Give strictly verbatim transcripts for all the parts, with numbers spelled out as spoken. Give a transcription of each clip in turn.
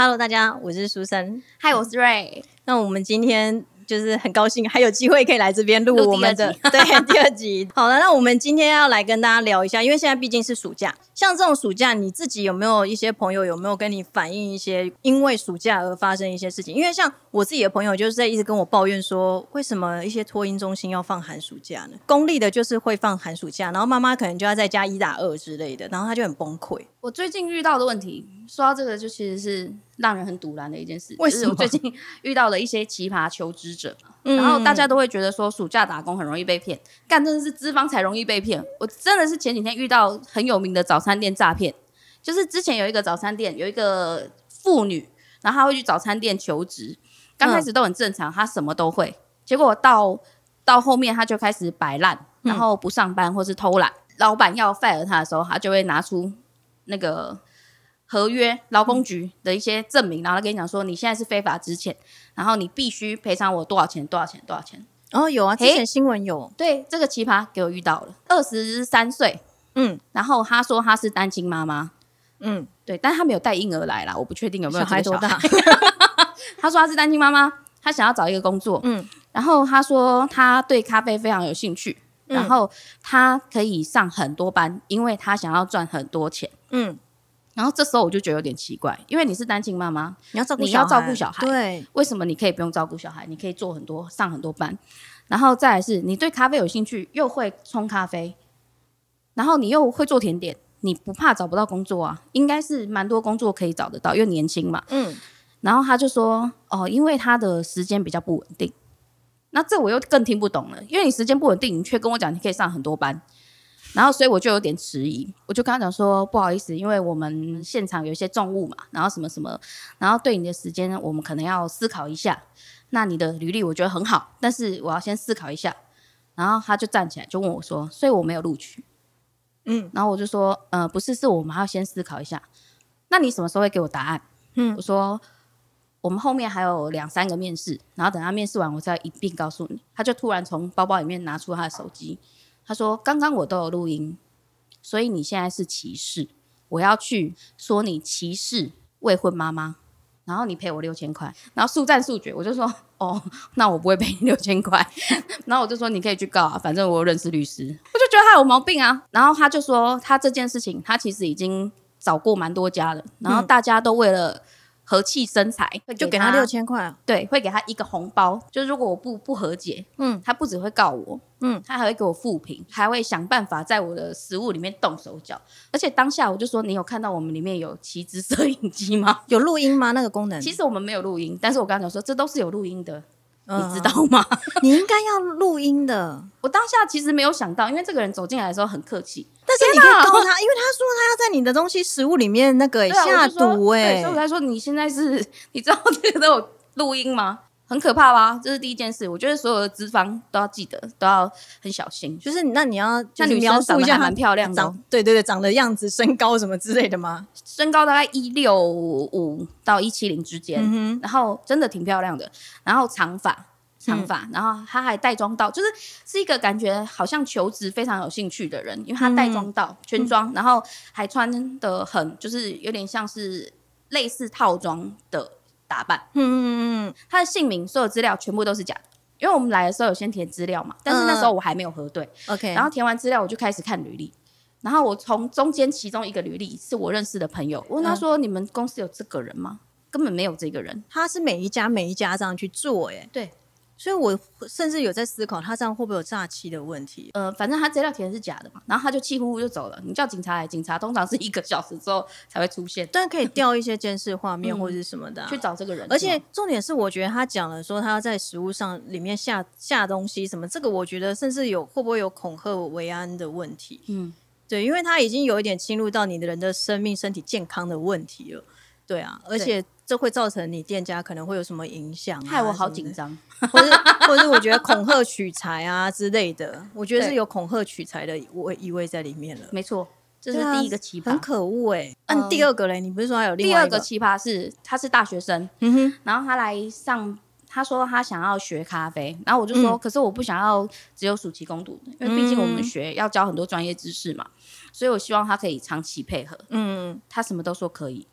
Hello， 大家，我是苏珊。 嗨，我是瑞。 那我们今天就是很高兴还有机会可以来这边录我们的对第二集。好了，那我们今天要来跟大家聊一下，因为现在毕竟是暑假，像这种暑假，你自己有没有一些朋友有没有跟你反映一些因为暑假而发生一些事情？因为像我自己的朋友就是在一直跟我抱怨说，为什么一些托婴中心要放寒暑假呢？公立的就是会放寒暑假，然后妈妈可能就要在家一打二之类的，然后他就很崩溃。 我最近遇到的问题，说到这个就其实是让人很堵然的一件事。 为什么？ 就是我最近遇到了一些奇葩求职者，嗯、然后大家都会觉得说暑假打工很容易被骗，干真的是资方才容易被骗。我真的是前几天遇到很有名的早餐店诈骗，就是之前有一个早餐店有一个妇女，然后她会去早餐店求职，刚开始都很正常，她什么都会，结果到到后面她就开始摆烂，然后不上班或是偷懒，嗯、老板要 fire 她的时候，她就会拿出那个合约劳工局的一些证明，然后他跟你讲说你现在是非法资遣，然后你必须赔偿我多少钱多少钱多少钱。 哦，有啊，之前新闻有。 对，这个奇葩给我遇到了，二十三岁，嗯，然后他说他是单亲妈妈，嗯，对，但他没有带婴儿来啦，我不确定有没有这个小孩。小孩多大？他说他是单亲妈妈，他想要找一个工作，嗯，然后他说他对咖啡非常有兴趣，嗯、然后他可以上很多班，因为他想要赚很多钱，嗯。然后这时候我就觉得有点奇怪，因为你是单亲妈妈， 你要照顾你要照顾小孩， 对， 为什么你可以不用照顾小孩？你可以做很多上很多班，然后再来是你对咖啡有兴趣，又会冲咖啡，然后你又会做甜点，你不怕找不到工作啊？应该是蛮多工作可以找得到，又年轻嘛。嗯，然后他就说哦，因为他的时间比较不稳定，那这我又更听不懂了，因为你时间不稳定，你却跟我讲你可以上很多班。然后所以我就有点迟疑，我就跟他讲说不好意思，因为我们现场有一些重物嘛，然后什么什么，然后对你的时间我们可能要思考一下，那你的履历我觉得很好，但是我要先思考一下。然后他就站起来就问我说，所以我没有录取？嗯，然后我就说呃不是，是我们还要先思考一下。那你什么时候会给我答案？嗯，我说我们后面还有两三个面试，然后等他面试完我再一并告诉你。他就突然从包包里面拿出他的手机，他说刚刚我都有录音，所以你现在是歧视，我要去说你歧视未婚妈妈，然后你赔我六千块，然后速战速决，我就说哦，那我不会赔你六千块，然后我就说你可以去告啊，反正我有认识律师，我就觉得他有毛病啊。然后他就说他这件事情他其实已经找过蛮多家了，然后大家都为了和气生财，会就给他六千块， 对，会给他一个红包，就是如果我不不和解，嗯，他不只会告我，嗯，他还会给我负评，还会想办法在我的食物里面动手脚。而且当下我就说，你有看到我们里面有旗帜摄影机吗？ 有录音吗？那个功能？ 其实我们没有录音，但是我刚刚讲说，这都是有录音的。嗯、你知道吗？ 你应该要录音的。 我当下其实没有想到，因为这个人走进来的时候很客气， 但是你可以告他，因为他说他要在你的东西食物里面那个下毒哎、 欸，所以我才说你现在是，你知道这个都有录音吗？很可怕吧？这是第一件事。我觉得所有的资方都要记得，都要很小心。 就是那你要像女生长得还蛮漂亮的、哦， 对对对，长的样子、身高什么之类的吗？ 身高大概一六五到一七零之间、嗯，然后真的挺漂亮的。然后长发，长发、嗯，然后他还带妆到，就是是一个感觉好像求职非常有兴趣的人，因为他带妆到、嗯、全妆、嗯，然后还穿的很就是有点像是类似套装的打扮。嗯嗯嗯，他的姓名所有资料全部都是假的，因为我们来的时候有先填资料嘛，但是那时候我还没有核对。OK，、嗯、然后填完资料我就开始看履历，然后我从中间其中一个履历是我认识的朋友，我问他说、嗯：“你们公司有这个人吗？”根本没有这个人。 他是每一家每一家这样去做，哎， 对。 所以我甚至有在思考，他这样会不会有诈欺的问题？ 呃，反正他资料填的是假的嘛，然后他就气呼呼就走了。你叫警察来，警察通常是一个小时之后才会出现， 但可以调一些监视画面或者是什么的、啊嗯、 去找这个人。 而且重点是，我觉得他讲了说他要在食物上里面下下东西什么，这个我觉得甚至有会不会有恐吓维安的问题？嗯，对，因为他已经有一点侵入到你的人的生命、身体健康的问题了。对啊，而且这会造成你店家可能会有什么影响、啊？ 害我好紧张， 或是或是我觉得恐吓取财啊之类的，我觉得是有恐吓取财的意味在里面了。 没错，这是第一个奇葩， 很可恶哎、欸。那、啊、第二个嘞？你不是说还有另外一个？ 第二个奇葩是他是大学生，嗯哼，然后他来上，他说他想要学咖啡，然后我就说，嗯、可是我不想要只有暑期工读的，因为毕竟我们学要教很多专业知识嘛，所以我希望他可以长期配合。嗯，他什么都说可以。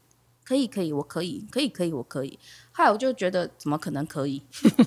可以可以我可以可以可以我可以，后来我就觉得怎么可能可以，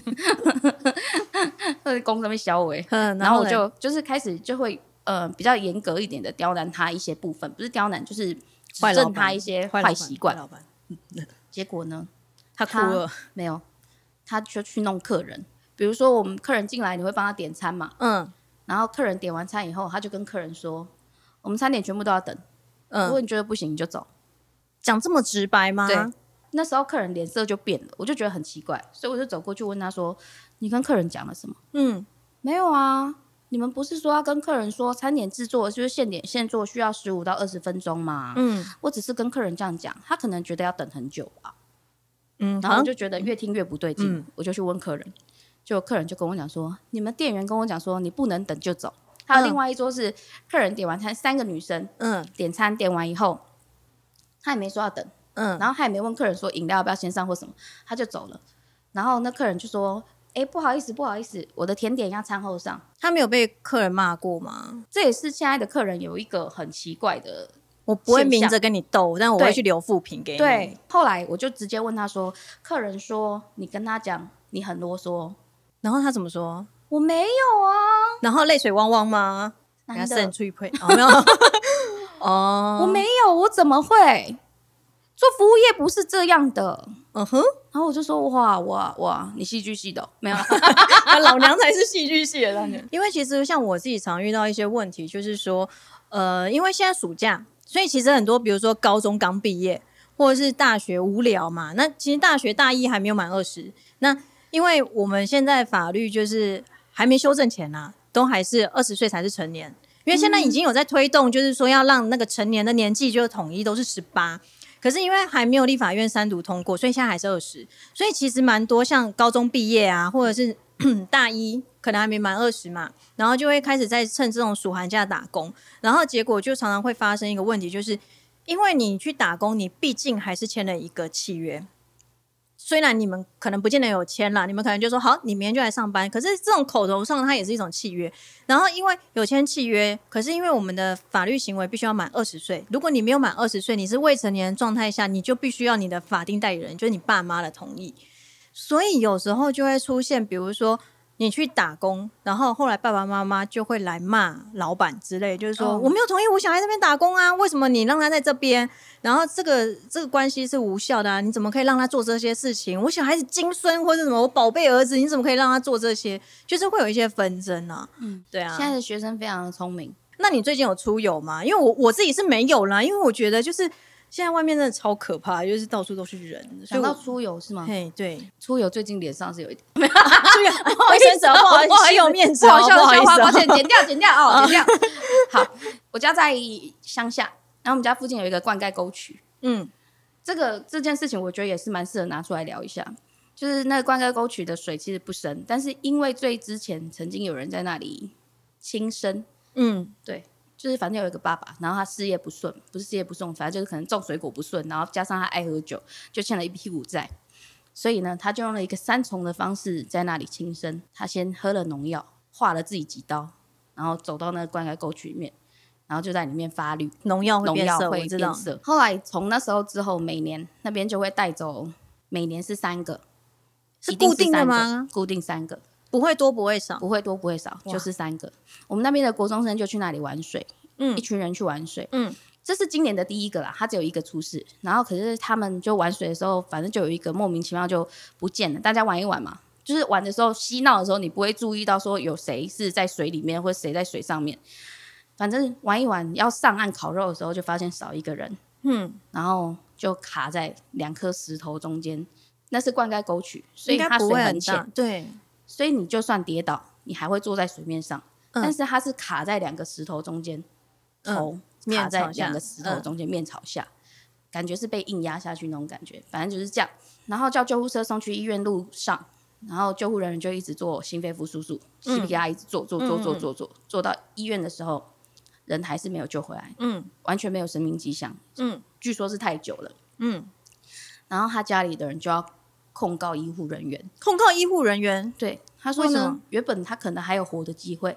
公这边小伟，然后我就就是开始就会呃比较严格一点的刁难他一些部分，不是刁难就是指正他一些坏习惯。结果呢， 他哭了， 没有，他就去弄客人。比如说我们客人进来，你会帮他点餐嘛？嗯。然后客人点完餐以后，他就跟客人说：“我们餐点全部都要等，嗯，如果你觉得不行，你就走。” 讲这么直白吗？ 对。那时候客人脸色就变了，我就觉得很奇怪，所以我就走过去问他说：“你跟客人讲了什么？”嗯，没有啊。你们不是说要跟客人说餐点制作就是现点现做，需要十五到二十分钟吗？嗯，我只是跟客人这样讲，他可能觉得要等很久吧。嗯，然后我就觉得越听越不对劲，嗯、我就去问客人。就客人就跟我讲说，你们店员跟我讲说你不能等就走。还有另外一桌是客人点完餐，三个女生，嗯，点餐点完以后，他也没说要等，嗯，然后他也没问客人说饮料要不要先上或什么，他就走了。然后那客人就说，哎，不好意思，不好意思，我的甜点要餐后上。 他没有被客人骂过吗？ 这也是现在的客人有一个很奇怪的。 我不会明着跟你斗，但我会去留负评给你。 对，后来我就直接问他说，客人说你跟他讲你很啰嗦。 然后他怎么说？ 我没有啊。 然后泪水汪汪吗？ 男的生出一配哦，没有哦，我没有，我怎么会？做服务业不是这样的。嗯哼。然后我就说哇哇哇，你戏剧系的、哦、没有？ 老娘才是戏剧系的。因为其实像我自己常遇到一些问题，就是说，呃，因为现在暑假，所以其实很多，比如说高中刚毕业，或者是大学无聊嘛，那其实大学大一还没有满二十，那。因为我们现在法律就是还没修正前啊，都还是二十岁才是成年。因为现在已经有在推动，就是说要让那个成年的年纪就统一都是十八。可是因为还没有立法院三读通过，所以现在还是二十。所以其实蛮多像高中毕业啊，或者是大一可能还没满二十嘛，然后就会开始在趁这种暑寒假打工，然后结果就常常会发生一个问题，就是因为你去打工，你毕竟还是签了一个契约。虽然你们可能不见得有签啦，你们可能就说好，你明天就来上班。可是这种口头上它也是一种契约。然后因为有签契约，可是因为我们的法律行为必须要满二十岁，如果你没有满二十岁，你是未成年的状态下，你就必须要你的法定代理人，就是你爸妈的同意。所以有时候就会出现，比如说你去打工，然后后来爸爸妈妈就会来骂老板之类，就是说、哦、我没有同意我小孩这边打工啊，为什么你让他在这边？然后这个这个关系是无效的啊，你怎么可以让他做这些事情？我小孩子金孙或者什么，我宝贝儿子，你怎么可以让他做这些？就是会有一些纷争啊。嗯，对啊。 现在的学生非常的聪明。 那你最近有出游吗？因为我我自己是没有啦，因为我觉得就是现在外面真的超可怕，就是到处都是人。 想到出游是吗？ 嘿，对， 出游最近脸上是有一点， 出游不好意思，不好意思，很有面子， 不好笑的笑话，抱歉，剪掉，剪掉哦，剪掉。好，我家在乡下，然后我们家附近有一个灌溉沟渠。嗯，这个这件事情我觉得也是蛮适合拿出来聊一下。就是那个灌溉沟渠的水其实不深，但是因为最之前曾经有人在那里轻生。嗯，对。就是反正有一个爸爸，然后他事业不顺，不是事业不顺，反正就是可能种水果不顺，然后加上他爱喝酒，就欠了一屁股债。所以呢，他就用了一个三重的方式在那里轻生。他先喝了农药，划了自己几刀，然后走到那个灌溉沟渠里面，然后就在里面发绿。 农药会变色， 会变色。后来从那时候之后，每年那边就会带走，每年是三个， 是固定的吗？ 固定三个。 不会多不会少， 不会多不会少，就是三个。我们那边的国中生就去那里玩水，嗯，一群人去玩水，嗯，这是今年的第一个啦，他只有一个出事。然后可是他们就玩水的时候，反正就有一个莫名其妙就不见了。大家玩一玩嘛，就是玩的时候嬉闹的时候，你不会注意到说有谁是在水里面，或者谁在水上面。反正玩一玩，要上岸烤肉的时候，就发现少一个人，嗯，然后就卡在两颗石头中间。那是灌溉沟渠，所以它水很浅， 对。 所以你就算跌倒，你还会坐在水面上，嗯、但是它是卡在两个石头中间，头、嗯、卡在两个石头中间，面朝下，感觉是被硬压下去那种感觉，反正就是这样。然后叫救护车送去医院路上，然后救护人员就一直做心肺复苏术 ，C P R 一直做做做做做做，做到医院的时候，人还是没有救回来，嗯，完全没有生命迹象，嗯，据说是太久了，嗯，然后他家里的人就要控告医护人员， 控告医护人员， 对，他说呢，原本他可能还有活的机会，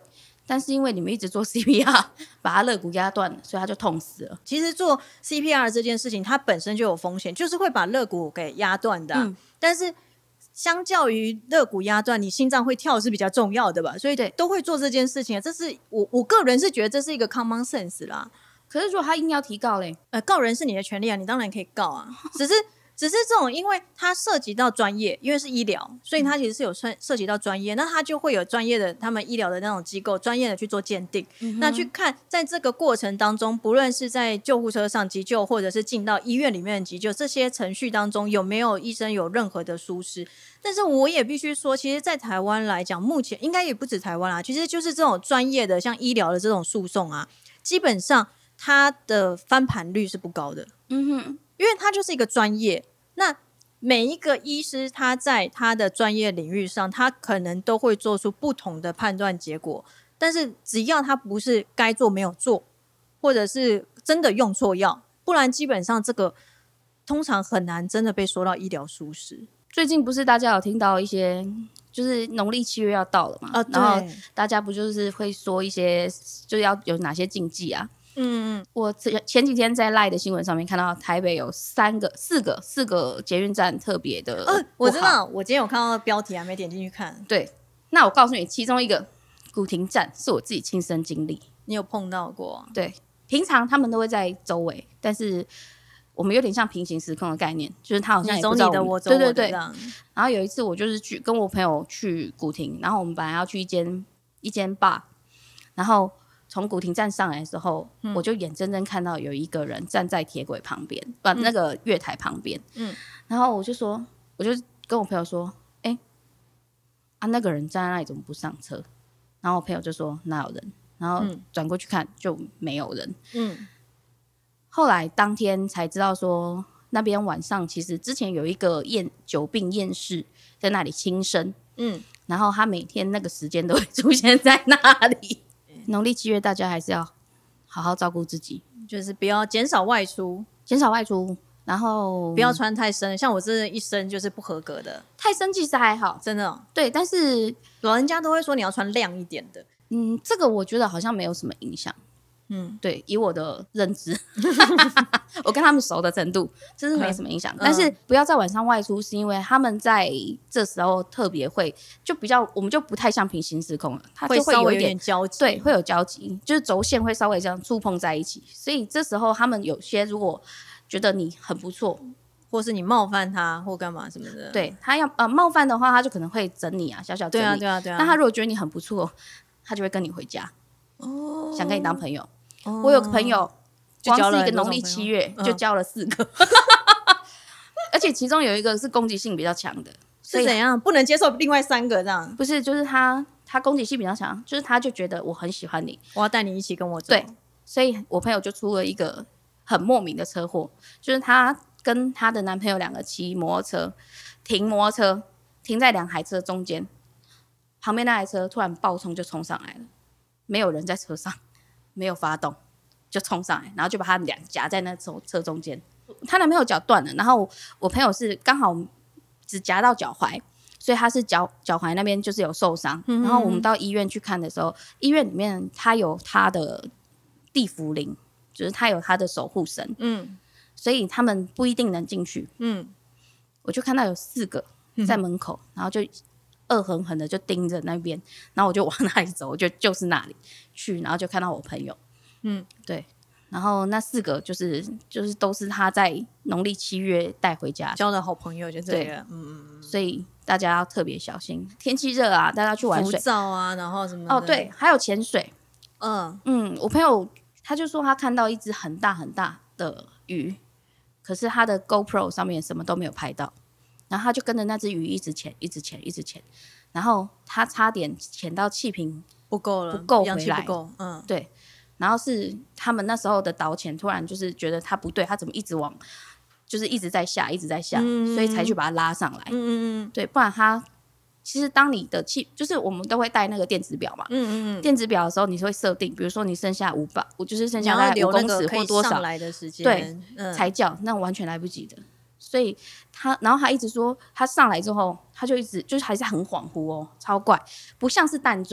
但是因为你们一直做 C P R 把他肋骨压断了，所以他就痛死了。 其实做 C P R 这件事情它本身就有风险，就是会把肋骨给压断的、啊嗯、但是相较于肋骨压断，你心脏会跳是比较重要的吧，所以都会做这件事情。这是我我个人是觉得这是一个 common sense 啦。 可是如果他硬要提告嘞， 呃，告人是你的权利啊，你当然可以告啊。只是只是这种，因为它涉及到专业，因为是医疗，所以它其实是有涉及到专业，那它就会有专业的他们医疗的那种机构，专业的去做鉴定、嗯，那去看在这个过程当中，不论是在救护车上急救，或者是进到医院里面的急救，这些程序当中有没有医生有任何的疏失？但是我也必须说，其实，在台湾来讲，目前应该也不止台湾啦，其实就是这种专业的像医疗的这种诉讼啊，基本上它的翻盘率是不高的。嗯哼。因为他就是一个专业，那每一个医师他在他的专业领域上，他可能都会做出不同的判断结果，但是只要他不是该做没有做，或者是真的用错药，不然基本上这个通常很难真的被说到医疗疏失。 最近不是大家有听到一些就是农历七月要到了嘛、 啊、 然后大家不就是会说一些就是要有哪些禁忌啊，嗯嗯，我前几天在 LINE 的新闻上面看到台北有三个、四个、四个捷运站特别的、呃， 我知道，我今天有看到标题，还没点进去看。 对，那我告诉你，其中一个古亭站是我自己亲身经历， 你有碰到过？ 对，平常他们都会在周围，但是我们有点像平行时空的概念，就是他好像也不知道我们， 你走你的，我走我的， 对对对。然后有一次我就是去跟我朋友去古亭，然后我们本来要去一间一间 bar， 然后。从古亭站上来的时候、嗯、我就眼睁睁看到有一个人站在铁轨旁边、嗯、那个月台旁边、嗯、然后我就说我就跟我朋友说哎、欸、啊那个人站在那里怎么不上车，然后我朋友就说哪有人，然后转过去看就没有人、嗯、后来当天才知道说那边晚上其实之前有一个验久病验尸在那里轻生、嗯、然后他每天那个时间都会出现在那里。农历七月大家还是要好好照顾自己， 就是不要减少外出， 减少外出，然后不要穿太深，像我这一身就是不合格的， 太深其实还好， 真的、哦、 对，但是老人家都会说你要穿亮一点的， 嗯，这个我觉得好像没有什么影响，嗯，对，以我的认知我跟他们熟的程度这是没什么影响、嗯、但是不要在晚上外出是因为他们在这时候特别会就比较我们就不太像平行时空了，它就会有一点会稍微有点交集， 对，会有交集，就是轴线会稍微这样触碰在一起，所以这时候他们有些如果觉得你很不错， 或是你冒犯他或干嘛什么的， 对，他要呃冒犯的话他就可能会整你啊，小小整你， 对啊对啊对啊， 那他如果觉得你很不错他就会跟你回家哦，想跟你当朋友、哦、我有个朋友光是一个农历七月就交了四个、嗯、而且其中有一个是攻击性比较强的， 是怎样不能接受另外三个这样？ 不是，就是他他攻击性比较强，就是他就觉得我很喜欢你， 我要带你一起跟我走， 对，所以我朋友就出了一个很莫名的车祸，就是他跟他的男朋友两个骑摩托车，停摩托车停在两台车中间，旁边那台车突然爆冲就冲上来了，没有人在车上，没有发动就冲上来，然后就把他们俩夹在那车车中间。他男朋友脚断了，然后我朋友是刚好只夹到脚踝，所以他是脚脚踝那边就是有受伤、嗯。然后我们到医院去看的时候，医院里面他有他的地茯苓，就是他有他的守护神，嗯，所以他们不一定能进去。嗯，我就看到有四个在门口，嗯、然后就恶狠狠的就盯着那边，然后我就往那里走，我就就是那里去，然后就看到我朋友。嗯，对，然后那四个就是就是都是他在农历七月带回家交的好朋友，就这个，嗯， 所以大家要特别小心。天气热啊，大家去玩水， 浮躁啊，然后什么的哦，对，还有潜水。嗯嗯，我朋友他就说他看到一只很大很大的鱼，可是他的 GoPro 上面什么都没有拍到，然后他就跟着那只鱼一直潜，一直潜，一直潜，然后他差点潜到气瓶不够了， 不够回来， 不够，嗯， 对。然后是他们那时候的导潜突然就是觉得他不对，他怎么一直往就是一直在下一直在下、嗯、所以才去把他拉上来，嗯嗯对，不然他其实当你的气就是我们都会带那个电子表嘛，嗯嗯电子表的时候你会设定比如说你剩下五百就是剩下大概五公尺或多少来的时间， 对、嗯、才叫，那完全来不及的，所以他然后他一直说他上来之后他就一直就是还是很恍惚哦，超怪，不像是淡醉，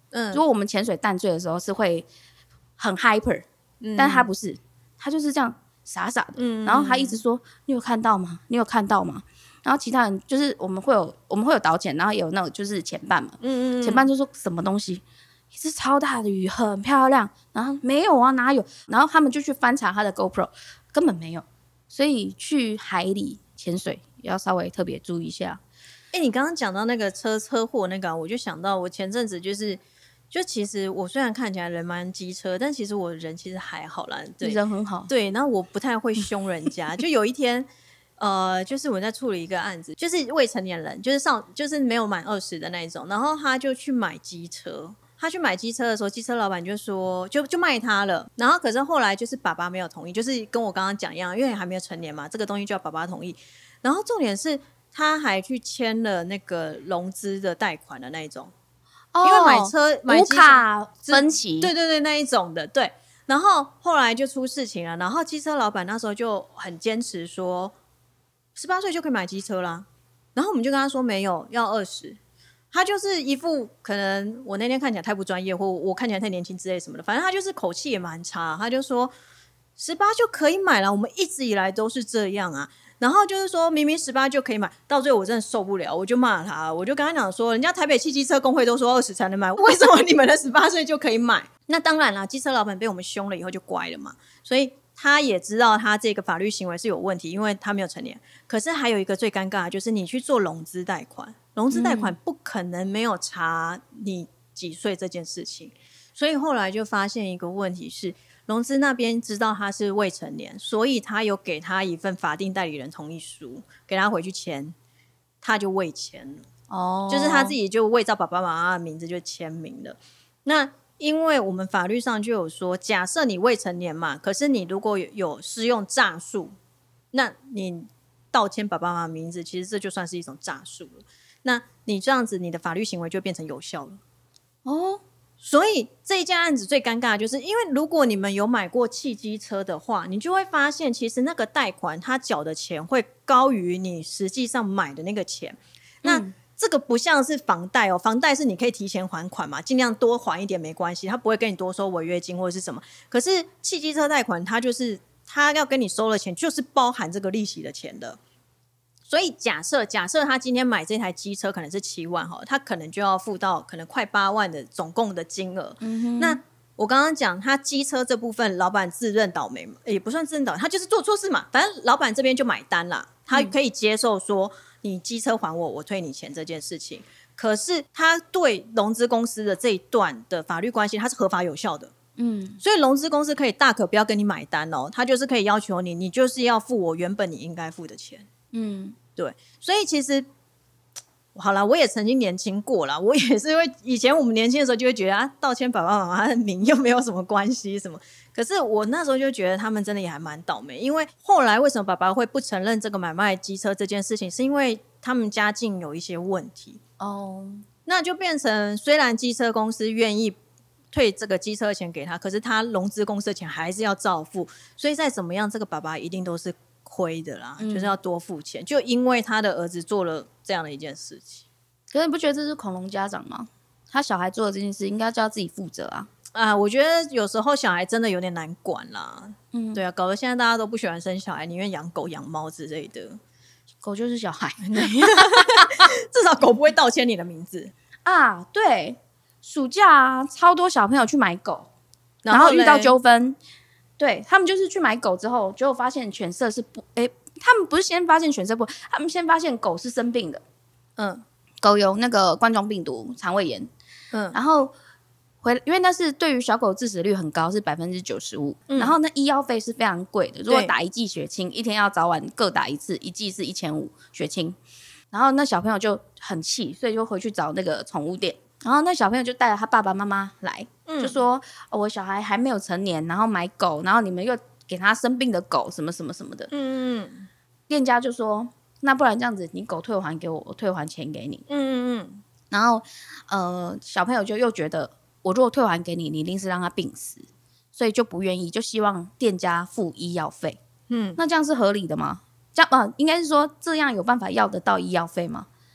嗯，如果我们潜水淡醉的时候是会很 hyper，嗯，但是他不是，他就是这样傻傻的，嗯，然后他一直说你有看到吗？你有看到吗？然后其他人就是我们会有我们会有导潜，然后也有那种就是前半嘛，嗯嗯，前半就说什么东西。一只超大的鱼，很漂亮。然后没有啊，哪有？然后他们就去翻查他的 GoPro， 根本没有。所以去海里潜水要稍微特别注意一下。 哎、欸，你刚刚讲到那个车车祸那个、啊，我就想到我前阵子就是，就其实我虽然看起来人蛮机车，但其实我人其实还好啦，对， 人很好。 对，然后我不太会凶人家。就有一天，呃，就是我在处理一个案子，就是未成年人，就是上就是没有满二十的那一种，然后他就去买机车。他去买机车的时候，机车老板就说就就卖他了。然后可是后来就是爸爸没有同意，就是跟我刚刚讲一样，因为还没有成年嘛，这个东西就要爸爸同意。然后重点是他还去签了那个融资的贷款的那一种，哦、因为买车买无卡分期， 对对对那一种的，对。然后后来就出事情了，然后机车老板那时候就很坚持说，十八岁就可以买机车啦。然后我们就跟他说没有，要二十。他就是一副可能我那天看起来太不专业，或我看起来太年轻之类什么的，反正他就是口气也蛮差。他就说十八就可以买了，我们一直以来都是这样啊。然后就是说明明十八就可以买，到最后我真的受不了，我就骂他，我就跟他讲说，人家台北汽机车工会都说二十才能买，为什么你们的十八岁就可以买？那当然啦，机车老板被我们凶了以后就乖了嘛，所以他也知道他这个法律行为是有问题，因为他没有成年。可是还有一个最尴尬的就是你去做融资贷款，融资贷款不可能没有查你几岁这件事情，所以后来就发现一个问题是，融资那边知道他是未成年，所以他有给他一份法定代理人同意书，给他回去签，他就未签了。哦，就是他自己就伪造爸爸妈妈的名字就签名了。那因为我们法律上就有说，假设你未成年嘛，可是你如果有有施用诈术，那你盗签爸爸妈妈的名字，其实这就算是一种诈术了。那你这样子，你的法律行为就变成有效了。哦，所以这一件案子最尴尬的就是，因为如果你们有买过汽机车的话，你就会发现，其实那个贷款他缴的钱会高于你实际上买的那个钱。那、嗯这个不像是房贷哦，房贷是你可以提前还款嘛，尽量多还一点没关系，他不会跟你多收违约金或者是什么。可是汽机车贷款，他就是他要跟你收的钱，就是包含这个利息的钱的。所以假设假设他今天买这台机车可能是七万哈，他可能就要付到可能快八万的总共的金额。嗯、那我刚刚讲他机车这部分，老板自认倒霉，也不算自认倒霉，他就是做错事嘛，反正老板这边就买单啦，他可以接受说。你机车还我，我退你钱这件事情，可是他对融资公司的这一段的法律关系，它是合法有效的，嗯，所以融资公司可以大可不要跟你买单哦，他就是可以要求你，你就是要付我原本你应该付的钱，嗯，对，所以其实好啦，我也曾经年轻过啦，我也是会以前我们年轻的时候就会觉得啊，盗签爸爸妈妈的名又没有什么关系什么。可是我那时候就觉得他们真的也还蛮倒霉，因为后来为什么爸爸会不承认这个买卖机车这件事情，是因为他们家境有一些问题哦，那就变成虽然机车公司愿意退这个机车钱给他，可是他融资公司的钱还是要照付，所以再怎么样，这个爸爸一定都是亏的啦，嗯、就是要多付钱，就因为他的儿子做了这样的一件事情。 可是你不觉得这是恐龙家长吗？他小孩做的这件事应该就要自己负责啊。 啊，我觉得有时候小孩真的有点难管啦。嗯，对啊，搞得现在大家都不喜欢生小孩，宁愿养狗养猫之类的。 狗就是小孩， 至少狗不会盗签你的名字啊。对，暑假啊，超多小朋友去买狗，然后遇到纠纷。对，他们就是去买狗之后，结果发现犬舍是不，哎，他们不是先发现犬舍不，他们先发现狗是生病的。嗯，狗有那个冠状病毒、肠胃炎。嗯，然后。回，因为那是对于小狗致死率很高，是百分之九十五。然后那医药费是非常贵的，如果打一剂血清，一天要早晚各打一次，一剂是一千五血清。然后那小朋友就很气，所以就回去找那个宠物店。然后那小朋友就带了他爸爸妈妈来，嗯、就说、哦、我小孩还没有成年，然后买狗，然后你们又给他生病的狗，什么什么什么的。嗯嗯。店家就说，那不然这样子，你狗退还给我，我退还钱给你。嗯嗯嗯。然后呃，小朋友就又觉得。我如果退还给你，你一定是让他病死，所以就不愿意，就希望店家付医药费。嗯，那这样是合理的吗？这样呃，应该是说这样有办法要得到医药费吗？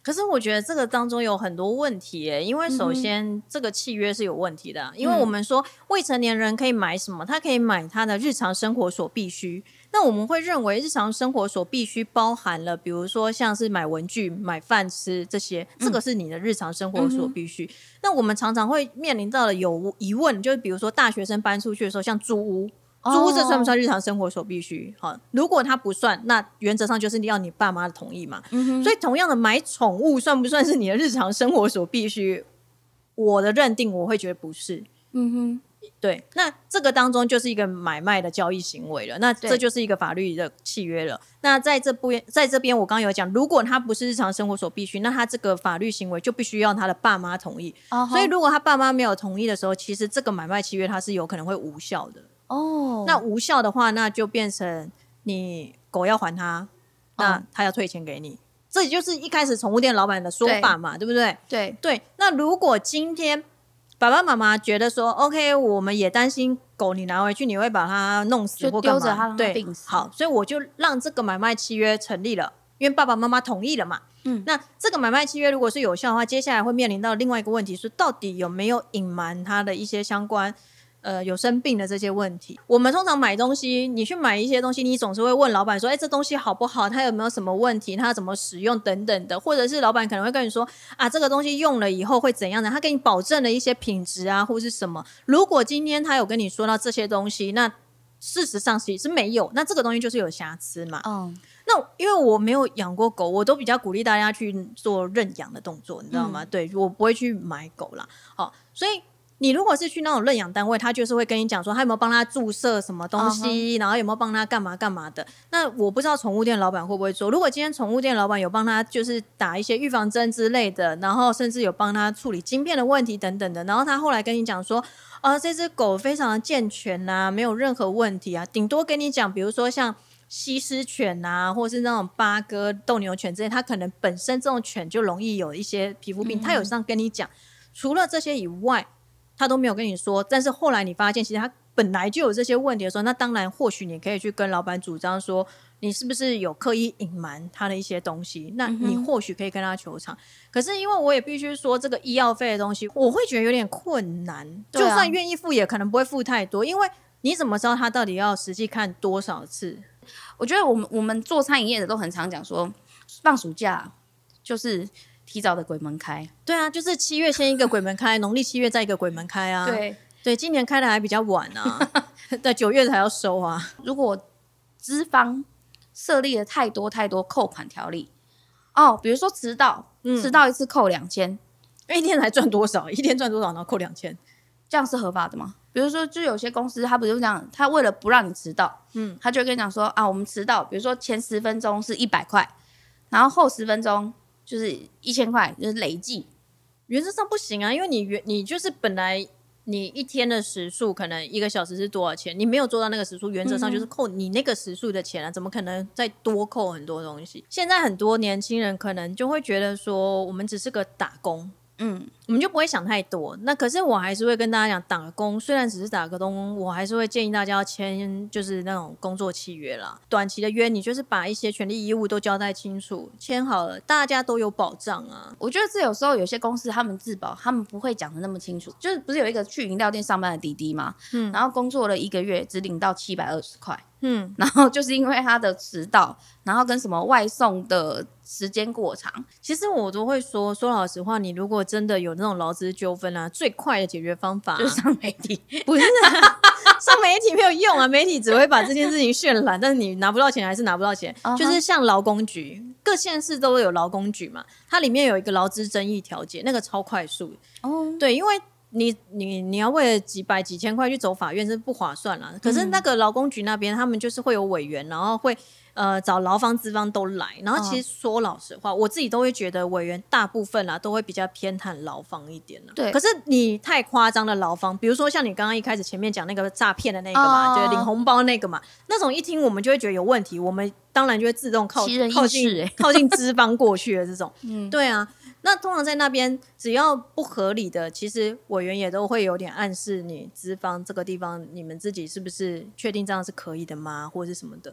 可是我觉得这个当中有很多问题耶，因为首先、嗯、这个契约是有问题的、啊，因为我们说未成年人可以买什么，他可以买他的日常生活所必须。那我们会认为日常生活所必须包含了，比如说像是买文具、买饭吃这些，这个是你的日常生活所必须。嗯、那我们常常会面临到的有疑问，就是比如说大学生搬出去的时候，像租屋。租屋这算不算日常生活所必须？好，如果它不算，那原则上就是要你爸妈的同意嘛。嗯、所以同样的，买宠物算不算是你的日常生活所必须？我的认定，我会觉得不是。嗯哼，对，那这个当中就是一个买卖的交易行为了，那这就是一个法律的契约了。那在这边，在这边我刚刚有讲，如果它不是日常生活所必须，那他这个法律行为就必须要他的爸妈同意。Uh-huh. 所以如果他爸妈没有同意的时候，其实这个买卖契约它是有可能会无效的。哦、oh. ，那无效的话，那就变成你狗要还他，那他要退钱给你。Oh. 这也就是一开始宠物店老板的说法嘛， 对, 对不对？ 对对。那如果今天爸爸妈妈觉得说 ，OK， 我们也担心狗你拿回去你会把它弄死或干嘛， 就丢着它让它病死。 好，所以我就让这个买卖契约成立了，因为爸爸妈妈同意了嘛。嗯，那这个买卖契约如果是有效的话，接下来会面临到另外一个问题是，到底有没有隐瞒它的一些相关。呃，有生病的这些问题，我们通常买东西，你去买一些东西，你总是会问老板说，哎，这东西好不好？它有没有什么问题？它怎么使用等等的，或者是老板可能会跟你说，啊，这个东西用了以后会怎样的？他给你保证了一些品质啊，或是什么。如果今天他有跟你说到这些东西，那事实上其实没有，那这个东西就是有瑕疵嘛。嗯，那因为我没有养过狗，我都比较鼓励大家去做认养的动作，你知道吗？嗯、对，我不会去买狗啦。好，所以。你如果是去那种认养单位，他就是会跟你讲说他有没有帮他注射什么东西， uh-huh. 然后有没有帮他干嘛干嘛的。那我不知道宠物店老板会不会做。如果今天宠物店老板有帮他就是打一些预防针之类的，然后甚至有帮他处理晶片的问题等等的，然后他后来跟你讲说呃，这只狗非常的健全啊，没有任何问题啊，顶多跟你讲比如说像西施犬啊，或是那种八哥斗牛犬之类，它可能本身这种犬就容易有一些皮肤病，他、嗯、有这样跟你讲。除了这些以外他都没有跟你说，但是后来你发现其实他本来就有这些问题的时候，那当然或许你可以去跟老板主张说你是不是有刻意隐瞒他的一些东西，那你或许可以跟他求偿、嗯、可是因为我也必须说这个医药费的东西我会觉得有点困难、啊、就算愿意付也可能不会付太多，因为你怎么知道他到底要实际看多少次。 我觉得我们我们做餐饮业的都很常讲说放暑假就是提早的鬼门开。 对啊，就是七月先一个鬼门开农历七月再一个鬼门开啊。 对对，今年开的还比较晚啊对，九月才要收啊。 如果资方设立了太多太多扣款条例哦，比如说迟到、嗯、迟到一次扣两千， 一天才赚多少？一天赚多少然后扣两千， 这样是合法的吗？比如说就有些公司他不就这样，他为了不让你迟到，嗯，他就跟你讲说啊，我们迟到比如说前十分钟是一百块，然后后十分钟就是一千块，就是累计。 原则上不行啊，因为你你就是本来你一天的时数可能一个小时是多少钱，你没有做到那个时数，原则上就是扣你那个时数的钱啊，怎么可能再多扣很多东西？现在很多年轻人可能就会觉得说我们只是个打工，嗯，我们就不会想太多。那可是我还是会跟大家讲，打工虽然只是打个工，我还是会建议大家要签就是那种工作契约啦。短期的约你就是把一些权利义务都交代清楚，签好了大家都有保障啊。 我觉得这有时候有些公司他们自保他们不会讲的那么清楚，就是不是有一个去饮料店上班的弟弟吗？嗯，然后工作了一个月只领到七百二十块，嗯，然后就是因为他的迟到，然后跟什么外送的时间过长。 其实我都会说说老实话，你如果真的有那种劳资纠纷啊，最快的解决方法、啊、 就是上媒体。 不是、啊、上媒体没有用啊，媒体只会把这件事情渲染，但是你拿不到钱还是拿不到钱、uh-huh. 就是像劳工局，各县市都有劳工局嘛，它里面有一个劳资争议调解，那个超快速哦。Oh. 对，因为你你你要为了几百几千块去走法院是不划算啦。可是那个劳工局那边他们就是会有委员，然后会呃找劳方资方都来，然后其实说老实话、哦、我自己都会觉得委员大部分啦都会比较偏袒劳方一点啦。 对， 可是你太夸张的劳方，比如说像你刚刚一开始前面讲那个诈骗的那个嘛、哦、就是领红包那个嘛，那种一听我们就会觉得有问题，我们当然就会自动靠靠近靠近资方过去的这种嗯，对啊。那通常在那边只要不合理的，其实委员也都会有点暗示你资方这个地方你们自己是不是确定这样是可以的吗，或者是什么的。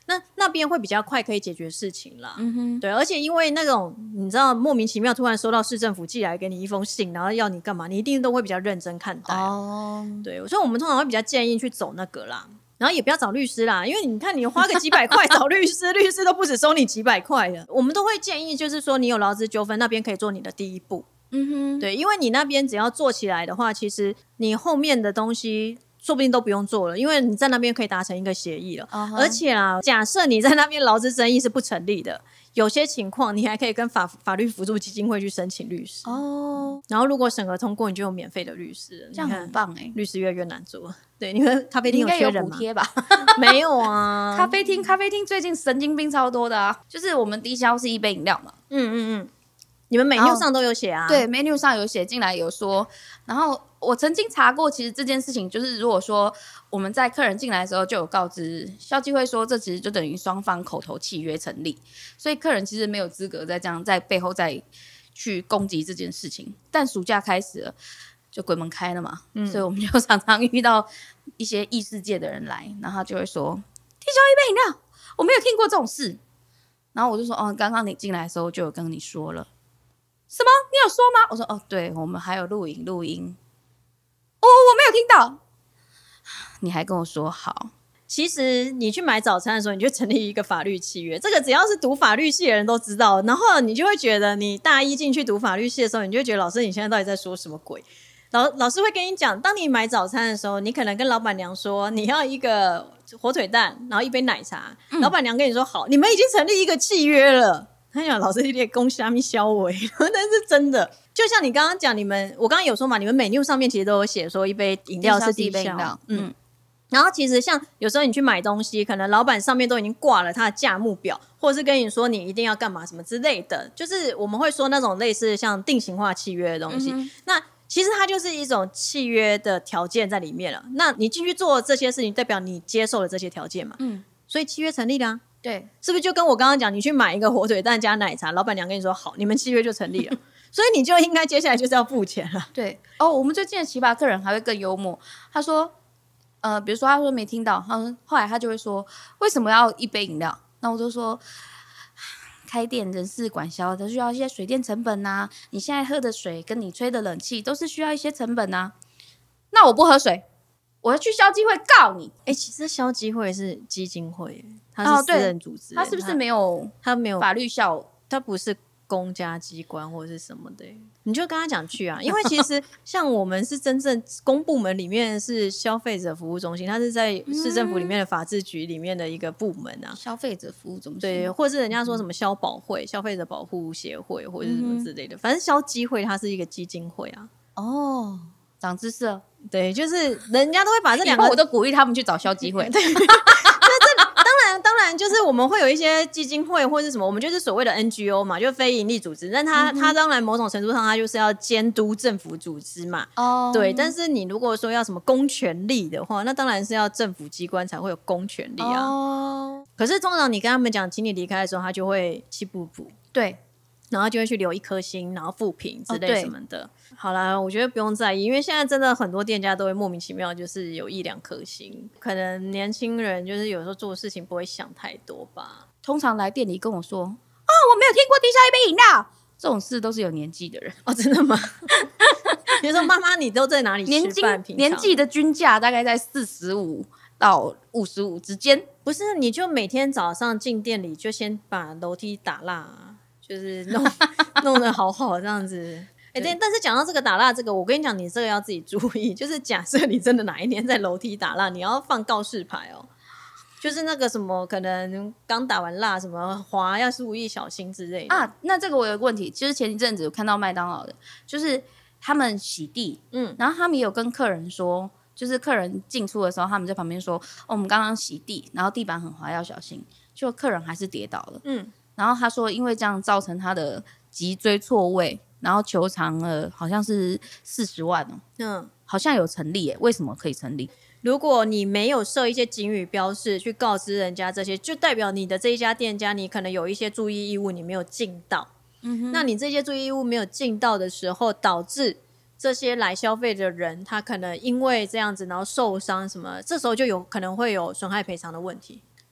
那那边会比较快可以解决事情啦。 嗯哼， 对，而且因为那种你知道莫名其妙突然收到市政府寄来给你一封信，然后要你干嘛，你一定都会比较认真看待。 哦， 对，所以我们通常会比较建议去走那个啦。然后也不要找律师啦，因为你看你花个几百块找律师，律师都不止收你几百块的。我们都会建议就是说你有劳资纠纷那边可以做你的第一步。 嗯哼， 对，因为你那边只要做起来的话，其实你后面的东西说不定都不用做了，因为你在那边可以达成一个协议了。Uh-huh. 而且啦，假设你在那边劳资争议是不成立的，有些情况你还可以跟法法律辅助基金会去申请律师哦。Oh. 然后如果审核通过，你就有免费的律师了， 这样很棒哎、欸。 律师越来越难做。对，你们咖啡厅有缺人吗？ 应该有补贴吧？ 没有啊。 咖啡厅，咖啡厅最近神经病超多的啊，就是我们低消是一杯饮料嘛。 嗯嗯嗯。你们 menu 上都有写啊？ 对 ，menu 上有写进来有说，然后我曾经查过，其实这件事情就是，如果说我们在客人进来的时候就有告知消基会说，这其实就等于双方口头契约成立，所以客人其实没有资格再这样在背后再去攻击这件事情。但暑假开始了，就鬼门开了嘛，嗯、所以我们就常常遇到一些异世界的人来，然后他就会说：“提交一杯饮料，我没有听过这种事。”然后我就说：“哦，刚刚你进来的时候就有跟你说了。”什么？你有说吗？我说哦，对，我们还有录影录音。哦，我没有听到。你还跟我说好。 其实你去买早餐的时候，你就成立一个法律契约，这个只要是读法律系的人都知道。然后你就会觉得，你大一进去读法律系的时候，你就会觉得老师你现在到底在说什么鬼？老老师会跟你讲，当你买早餐的时候，你可能跟老板娘说你要一个火腿蛋，然后一杯奶茶。嗯、老板娘跟你说好，你们已经成立一个契约了。他讲老师你列攻虾米消委，但是真的，就像你刚刚讲，你们我刚刚有说嘛，你们 menu 上面其实都有写说一杯饮料是低消，嗯。嗯然后其实像有时候你去买东西，可能老板上面都已经挂了他的价目表，或者是跟你说你一定要干嘛什么之类的，就是我们会说那种类似像定型化契约的东西。嗯、那其实它就是一种契约的条件在里面了。那你进去做这些事情，代表你接受了这些条件嘛？嗯，所以契约成立了啊。 对， 是不是就跟我刚刚讲，你去买一个火腿蛋加奶茶，老板娘跟你说好，你们契约就成立了，所以你就应该接下来就是要付钱了。 对哦，我们最近的奇葩客人还会更幽默，他说，呃，比如说他说没听到，他说后来他就会说，为什么要一杯饮料？那我就说，开店人事管销都需要一些水电成本啊，你现在喝的水跟你吹的冷气都是需要一些成本啊，那我不喝水。我要去消基会告你。 哎、欸，其实消基会是基金会，它是私人组织、 哦，它是不是没有？ 它没有法律效， 它不是公家机关或是什么的。你就跟他讲去啊，因为其实像我们是真正公部门里面是消费者服务中心，它是在市政府里面的法制局里面的一个部门啊。 消费者服务中心， 对，或是人家说什么消保会、嗯、消费者保护协会或者什么之类的，嗯、反正消基会它是一个基金会啊。 哦。长知识了， 对，就是人家都会把这两个， 我都鼓励他们去找消基会。 对，那这当然当然就是我们会有一些基金会或是什么，我们就是所谓的 N G O 嘛，就非营利组织，但它、嗯、它当然某种程度上它就是要监督政府组织嘛。哦，对，但是你如果说要什么公权力的话，那当然是要政府机关才会有公权力啊。哦，可是通常你跟他们讲请你离开的时候，他就会气不补。 对。 然后就会去留一颗星，然后负评之类什么的。哦、好啦，我觉得不用在意，因为现在真的很多店家都会莫名其妙，就是有一两颗星。可能年轻人就是有时候做事情不会想太多吧。 通常来店里跟我说：“哦，我没有听过低消一杯饮料。”这种事都是有年纪的人哦，真的吗？比如说妈妈，你都在哪里吃饭？ 年纪的均价大概在四十五到五十五之间。 不是，你就每天早上进店里就先把楼梯打蜡、啊。就是弄弄得好好这样子，哎、欸，但是讲到这个打蜡，这个我跟你讲，你这个要自己注意。就是假设你真的哪一天在楼梯打蜡，你要放告示牌哦，就是那个什么，可能刚打完蜡，什么滑要注意小心之类的啊。那这个我有个问题，就是前一阵子有看到麦当劳的，就是他们洗地，嗯，然后他们也有跟客人说，就是客人进出的时候，他们在旁边说，哦，我们刚刚洗地，然后地板很滑，要小心。就客人还是跌倒了，嗯。然后他说，因为这样造成他的脊椎错位，然后求偿了好像是四十万哦，嗯，好像有成立耶？为什么可以成立？ 如果你没有设一些警语标示去告知人家这些，就代表你的这一家店家，你可能有一些注意义务你没有尽到。嗯哼，那你这些注意义务没有尽到的时候，导致这些来消费的人，他可能因为这样子然后受伤什么，这时候就有可能会有损害赔偿的问题。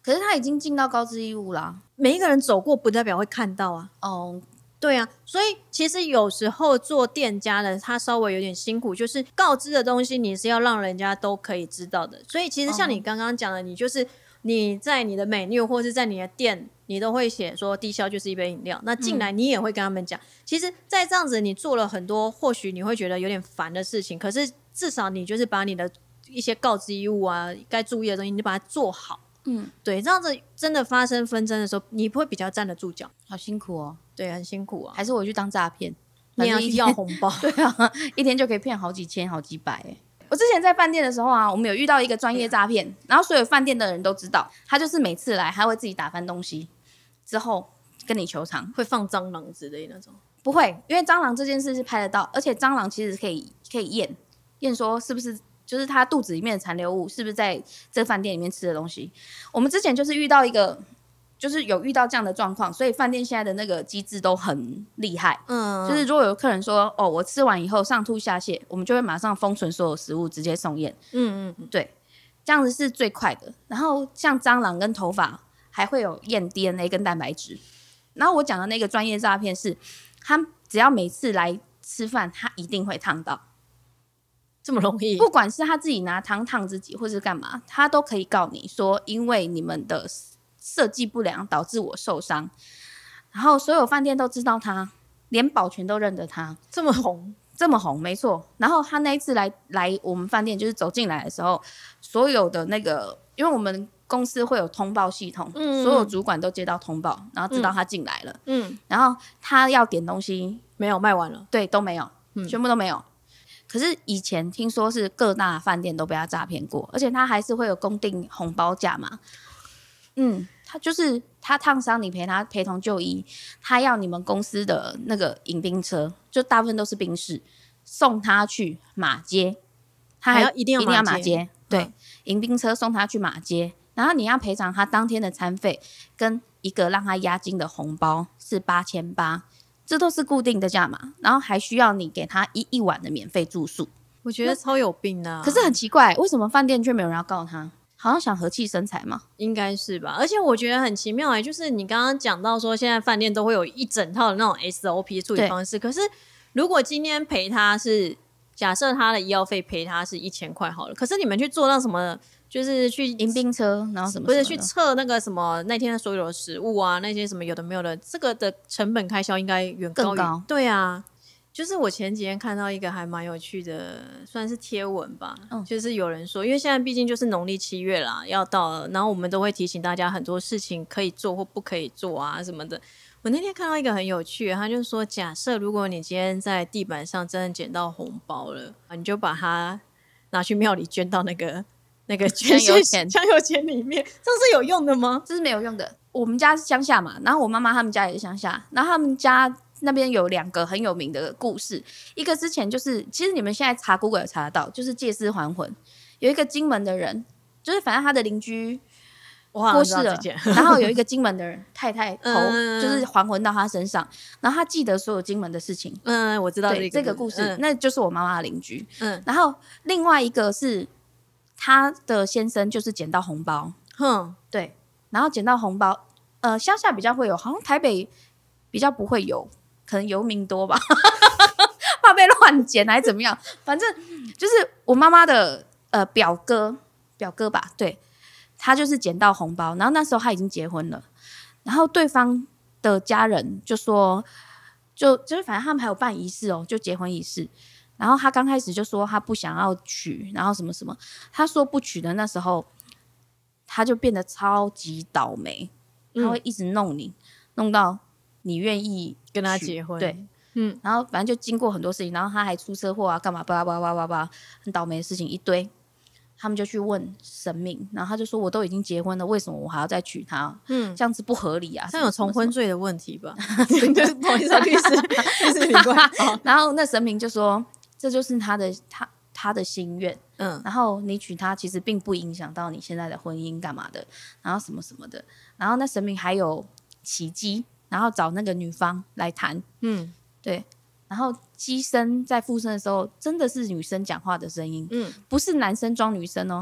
可是他已经尽到告知义务啦。 每一个人走过不代表会看到啊。 哦， 对啊，所以其实有时候做店家的他稍微有点辛苦，就是告知的东西你是要让人家都可以知道的。所以其实像你刚刚讲的，你就是你在你的 menu 或是在你的店，你都会写说低消就是一杯饮料，那进来你也会跟他们讲、嗯、其实在这样子你做了很多或许你会觉得有点烦的事情，可是至少你就是把你的一些告知义务啊该注意的东西你就把它做好。嗯，对，这样子真的发生纷争的时候你会比较站得住脚。 好辛苦哦。 对，很辛苦啊。 还是我去当诈骗， 你要去要红包对啊，一天就可以骗好几千好几百耶。我之前在饭店的时候啊，我们有遇到一个专业诈骗，然后所有饭店的人都知道，他就是每次来他会自己打翻东西之后跟你求偿。 会放蟑螂之类那种？ 不会，因为蟑螂这件事是拍得到，而且蟑螂其实可以可以验验说是不是就是他肚子里面的残留物是不是在这饭店里面吃的东西。我们之前就是遇到一个就是有遇到这样的状况，所以饭店现在的那个机制都很厉害。嗯，就是如果有客人说哦我吃完以后上吐下泻，我们就会马上封存所有食物直接送验。嗯嗯，对，这样子是最快的。然后像蟑螂跟头发还会有验 D N A 跟蛋白质。然后我讲的那个专业诈骗是他只要每次来吃饭他一定会烫到。 这么容易？ 不管是他自己拿汤烫自己或是干嘛，他都可以告你说因为你们的设计不良导致我受伤。然后所有饭店都知道他，连保全都认得他。 这么红？ 这么红，没错。然后他那一次来来我们饭店，就是走进来的时候，所有的那个因为我们公司会有通报系统、嗯、所有主管都接到通报，然后知道他进来了。嗯，然后他要点东西没有，卖完了。 对，都没有、嗯、全部都没有。可是以前听说是各大饭店都被他诈骗过，而且他还是会有公定红包价嘛。嗯，他就是他烫伤你陪他陪同就医，他要你们公司的那个迎宾车，就大部分都是宾士，送他去马街，他还还要一定要一定要马街马街，对，迎宾车送他去马街，然后你要赔偿他当天的餐费跟一个让他押金的红包是八千八。这都是固定的价码，然后还需要你给他一一晚的免费住宿。 我觉得超有病的、啊。 可是很奇怪，为什么饭店却没有人要告他？好像想和气生财嘛？ 应该是吧。而且我觉得很奇妙哎、欸，就是你刚刚讲到说，现在饭店都会有一整套的那种 S O P 处理方式。可是如果今天赔他是假设他的医药费赔他是一千块好了，可是你们去做那什么？就是去迎宾车，然后什么什么不是去测那个什么那天的所有的食物啊，那些什么有的没有的，这个的成本开销应该远高于。 更高。 对啊，就是我前几天看到一个还蛮有趣的，算是贴文吧、嗯，就是有人说，因为现在毕竟就是农历七月啦，要到了，然后我们都会提醒大家很多事情可以做或不可以做啊什么的。我那天看到一个很有趣的，他就说，假设如果你今天在地板上真的捡到红包了，你就把它拿去庙里捐到那个。那个香油钱， 香油钱里面，这是有用的吗？ 这是没有用的。我们家是乡下嘛，然后我妈妈他们家也是乡下，然后他们家那边有两个很有名的故事。一个之前就是，其实你们现在查 Google 也查得到，就是借尸还魂。有一个金门的人，就是反正他的邻居过世了，然后有一个金门的人太太头就是还魂到他身上，然后他记得所有金门的事情。 嗯，我知道这个这个故事、嗯，那就是我妈妈的邻居。嗯，然后另外一个是。他的先生就是捡到红包，哼，对，然后捡到红包，呃，乡下比较会有，好像台北比较不会有，可能游民多吧，怕被乱捡还是怎么样？反正就是我妈妈的呃表哥，表哥吧，对，他就是捡到红包，然后那时候他已经结婚了，然后对方的家人就说，就就是反正他们还有办仪式哦，就结婚仪式。然后他刚开始就说他不想要娶，然后什么什么，他说不娶的那时候，他就变得超级倒霉，他会一直弄你，嗯、弄到你愿意跟他结婚， 对，嗯，然后反正就经过很多事情，然后他还出车祸啊，干嘛巴拉巴拉巴拉巴拉，很倒霉的事情一堆，他们就去问神明，然后他就说我都已经结婚了，为什么我还要再娶她？嗯，这样子不合理啊， 这有重婚罪的问题吧？不好意思，律师，律师你关。 然后那神明就说。这就是他的他他的心愿，嗯，然后你娶她其实并不影响到你现在的婚姻干嘛的，然后什么什么的，然后那神明还有起乩，然后找那个女方来谈，嗯，对，然后乩身在附身的时候，真的是女生讲话的声音，嗯，不是男生装女生哦，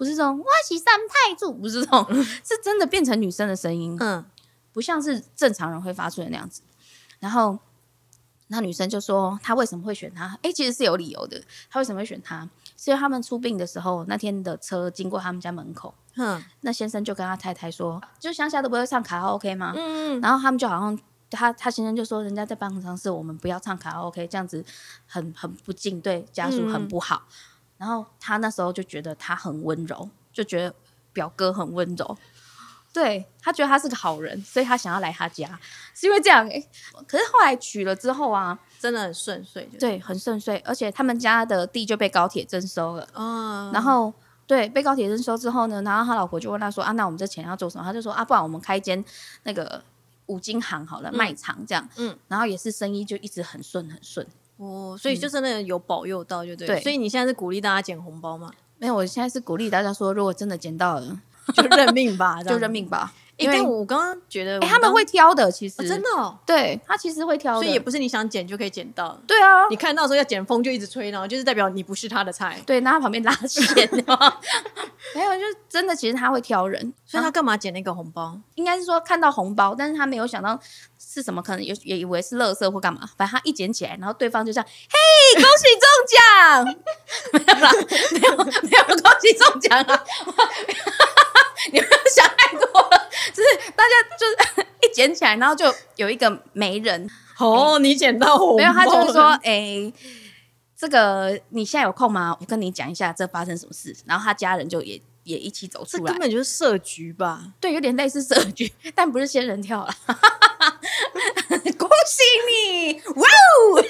不是这种我是三太子，不是这种，是真的变成女生的声音，嗯，不像是正常人会发出的那样子。然后那女生就说她为什么会选他，哎，其实是有理由的，她为什么会选他？是因为他们出殡的时候，那天的车经过他们家门口，嗯，那先生就跟他太太说，就乡下都不会唱卡拉 OK 吗？嗯，然后他们就好像他他先生就说，人家在办公室，我们不要唱卡拉 OK， 这样子很很不敬，对家属很不好。嗯，然后他那时候就觉得他很温柔，就觉得表哥很温柔，对他觉得他是个好人，所以他想要来他家，是因为这样。可是后来娶了之后啊， 真的很顺遂， 对，很顺遂，而且他们家的地就被高铁征收了。哦，然后对被高铁征收之后呢，然后他老婆就问他说啊，那我们这钱要做什么？他就说啊，不然我们开一间那个五金行好了，嗯，卖场这样。嗯，然后也是生意就一直很顺很顺。 哦，所以就真的有保佑到，就对。对，所以你现在是鼓励大家捡红包吗？ 没有，我现在是鼓励大家说，如果真的捡到了， 就认命吧， 就认命吧。 因为我刚刚觉得， 哎，他们会挑的，其实、 哦、真的、哦， 对他其实会挑的， 所以也不是你想捡就可以捡到。 对啊， 你看到的时候要捡风就一直吹，然后就是代表你不是他的菜。 对，那他旁边拉线，没有，就是真的，其实他会挑人， 所以他干嘛捡那个红包？ 应该是说看到红包，但是他没有想到是什么，可能也也以为是垃圾或干嘛，反正他一捡起来，然后对方就这样，嘿，恭喜中奖，没有啦，没有没有恭喜中奖啊。你们想太多了，就是大家就是一捡起来，然后就有一个媒人哦，你捡到红包， 没有，他就是说，哎、欸，这个你现在有空吗？我跟你讲一下这发生什么事。然后他家人就也也一起走出来， 这根本就是设局吧？ 对，有点类似设局，但不是仙人跳啦。恭喜你，哇哦！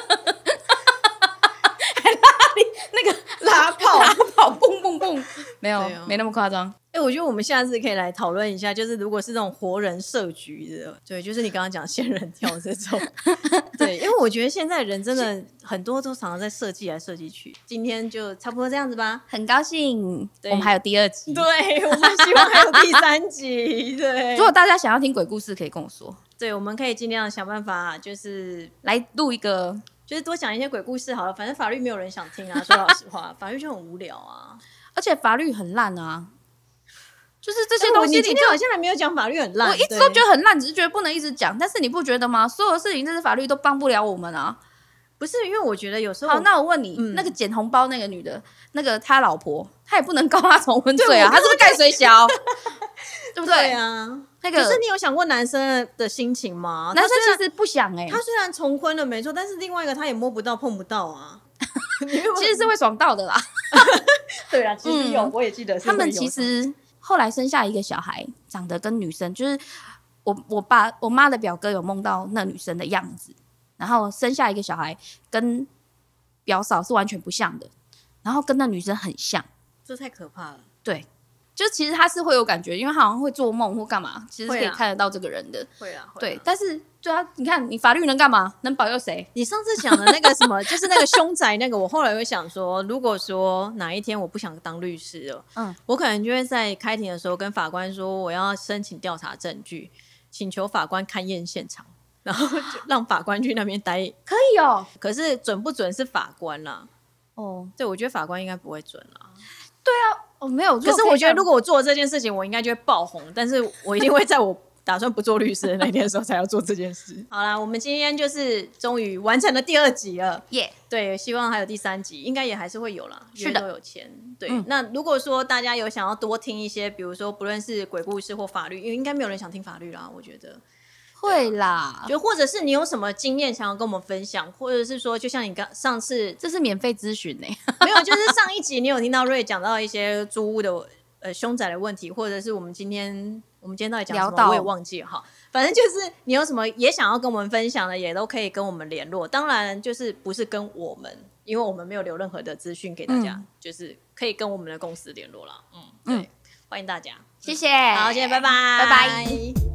还拉你那个拉炮， 拉炮，蹦蹦蹦，没有，哦、没那么夸张。 哎、欸，我觉得我们下次可以来讨论一下，就是如果是这种活人设局的，对，就是你刚刚讲仙人跳这种，对，因为我觉得现在人真的很多都常常在设计来设计去。今天就差不多这样子吧， 很高兴我们还有第二集， 对，我们希望还有第三集，对。 如果大家想要听鬼故事，可以跟我说， 对，我们可以尽量想办法，就是来录一个， 就是多讲一些鬼故事好了。反正法律没有人想听啊，说老实话，法律就很无聊啊， 而且法律很烂啊。就是这些东西， 你今天好像还没有讲法律很烂， 我一直都觉得很烂，只是觉得不能一直讲。但是你不觉得吗？所有事情，这些法律都帮不了我们啊！ 不是，因为我觉得有时候， 好，那我问你，嗯、那个捡红包那个女的，那个她老婆，她也不能告她重婚罪啊，她是不是盖水小？对不对？ 对啊，那个。可是你有想过男生的心情吗？ 男生其实不想哎、欸， 他虽然重婚了没错，但是另外一个他也摸不到碰不到啊。 其实是会爽到的啦。 对啊，其实有，嗯、我也记得是他们其实。后来生下一个小孩，长得跟女生，就是我我爸我妈的表哥有梦到那女生的样子，然后生下一个小孩跟表嫂是完全不像的，然后跟那女生很像， 这太可怕了。 对，就其实他是会有感觉，因为他好像会做梦或干嘛，其实可以看得到这个人的。 会啊， 对，但是对啊，你看你法律能干嘛？能保佑谁？ 你上次讲的那个什么，就是那个凶宅那个，我后来会想说，如果说哪一天我不想当律师了，嗯，我可能就会在开庭的时候跟法官说，我要申请调查证据，请求法官勘验现场，然后就让法官去那边待。 可以哦， 可是准不准是法官啦。哦，对，我觉得法官应该不会准啦。 对啊，哦没有， 可是我觉得如果我做了这件事情，我应该就会爆红，但是我一定会在我打算不做律师的那天的时候才要做这件事。好啦，我们今天就是终于完成了第二集了，耶、yeah ！对，希望还有第三集，应该也还是会有啦， 是的， 都有钱。对、嗯，那如果说大家有想要多听一些，比如说不论是鬼故事或法律，因为应该没有人想听法律啦，我觉得。 会啦， 就或者是你有什么经验想要跟我们分享，或者是说，就像你刚上次， 这是免费咨询呢， 没有，就是上一集你有听到瑞讲到一些租屋的呃凶宅的问题，或者是我们今天我们今天到底讲什么，我也忘记了哈。反正就是你有什么也想要跟我们分享的，也都可以跟我们联络。当然就是不是跟我们，因为我们没有留任何的资讯给大家、嗯，就是可以跟我们的公司联络啦。嗯，对，嗯、欢迎大家， 谢谢， 好，谢谢，拜拜， 拜拜。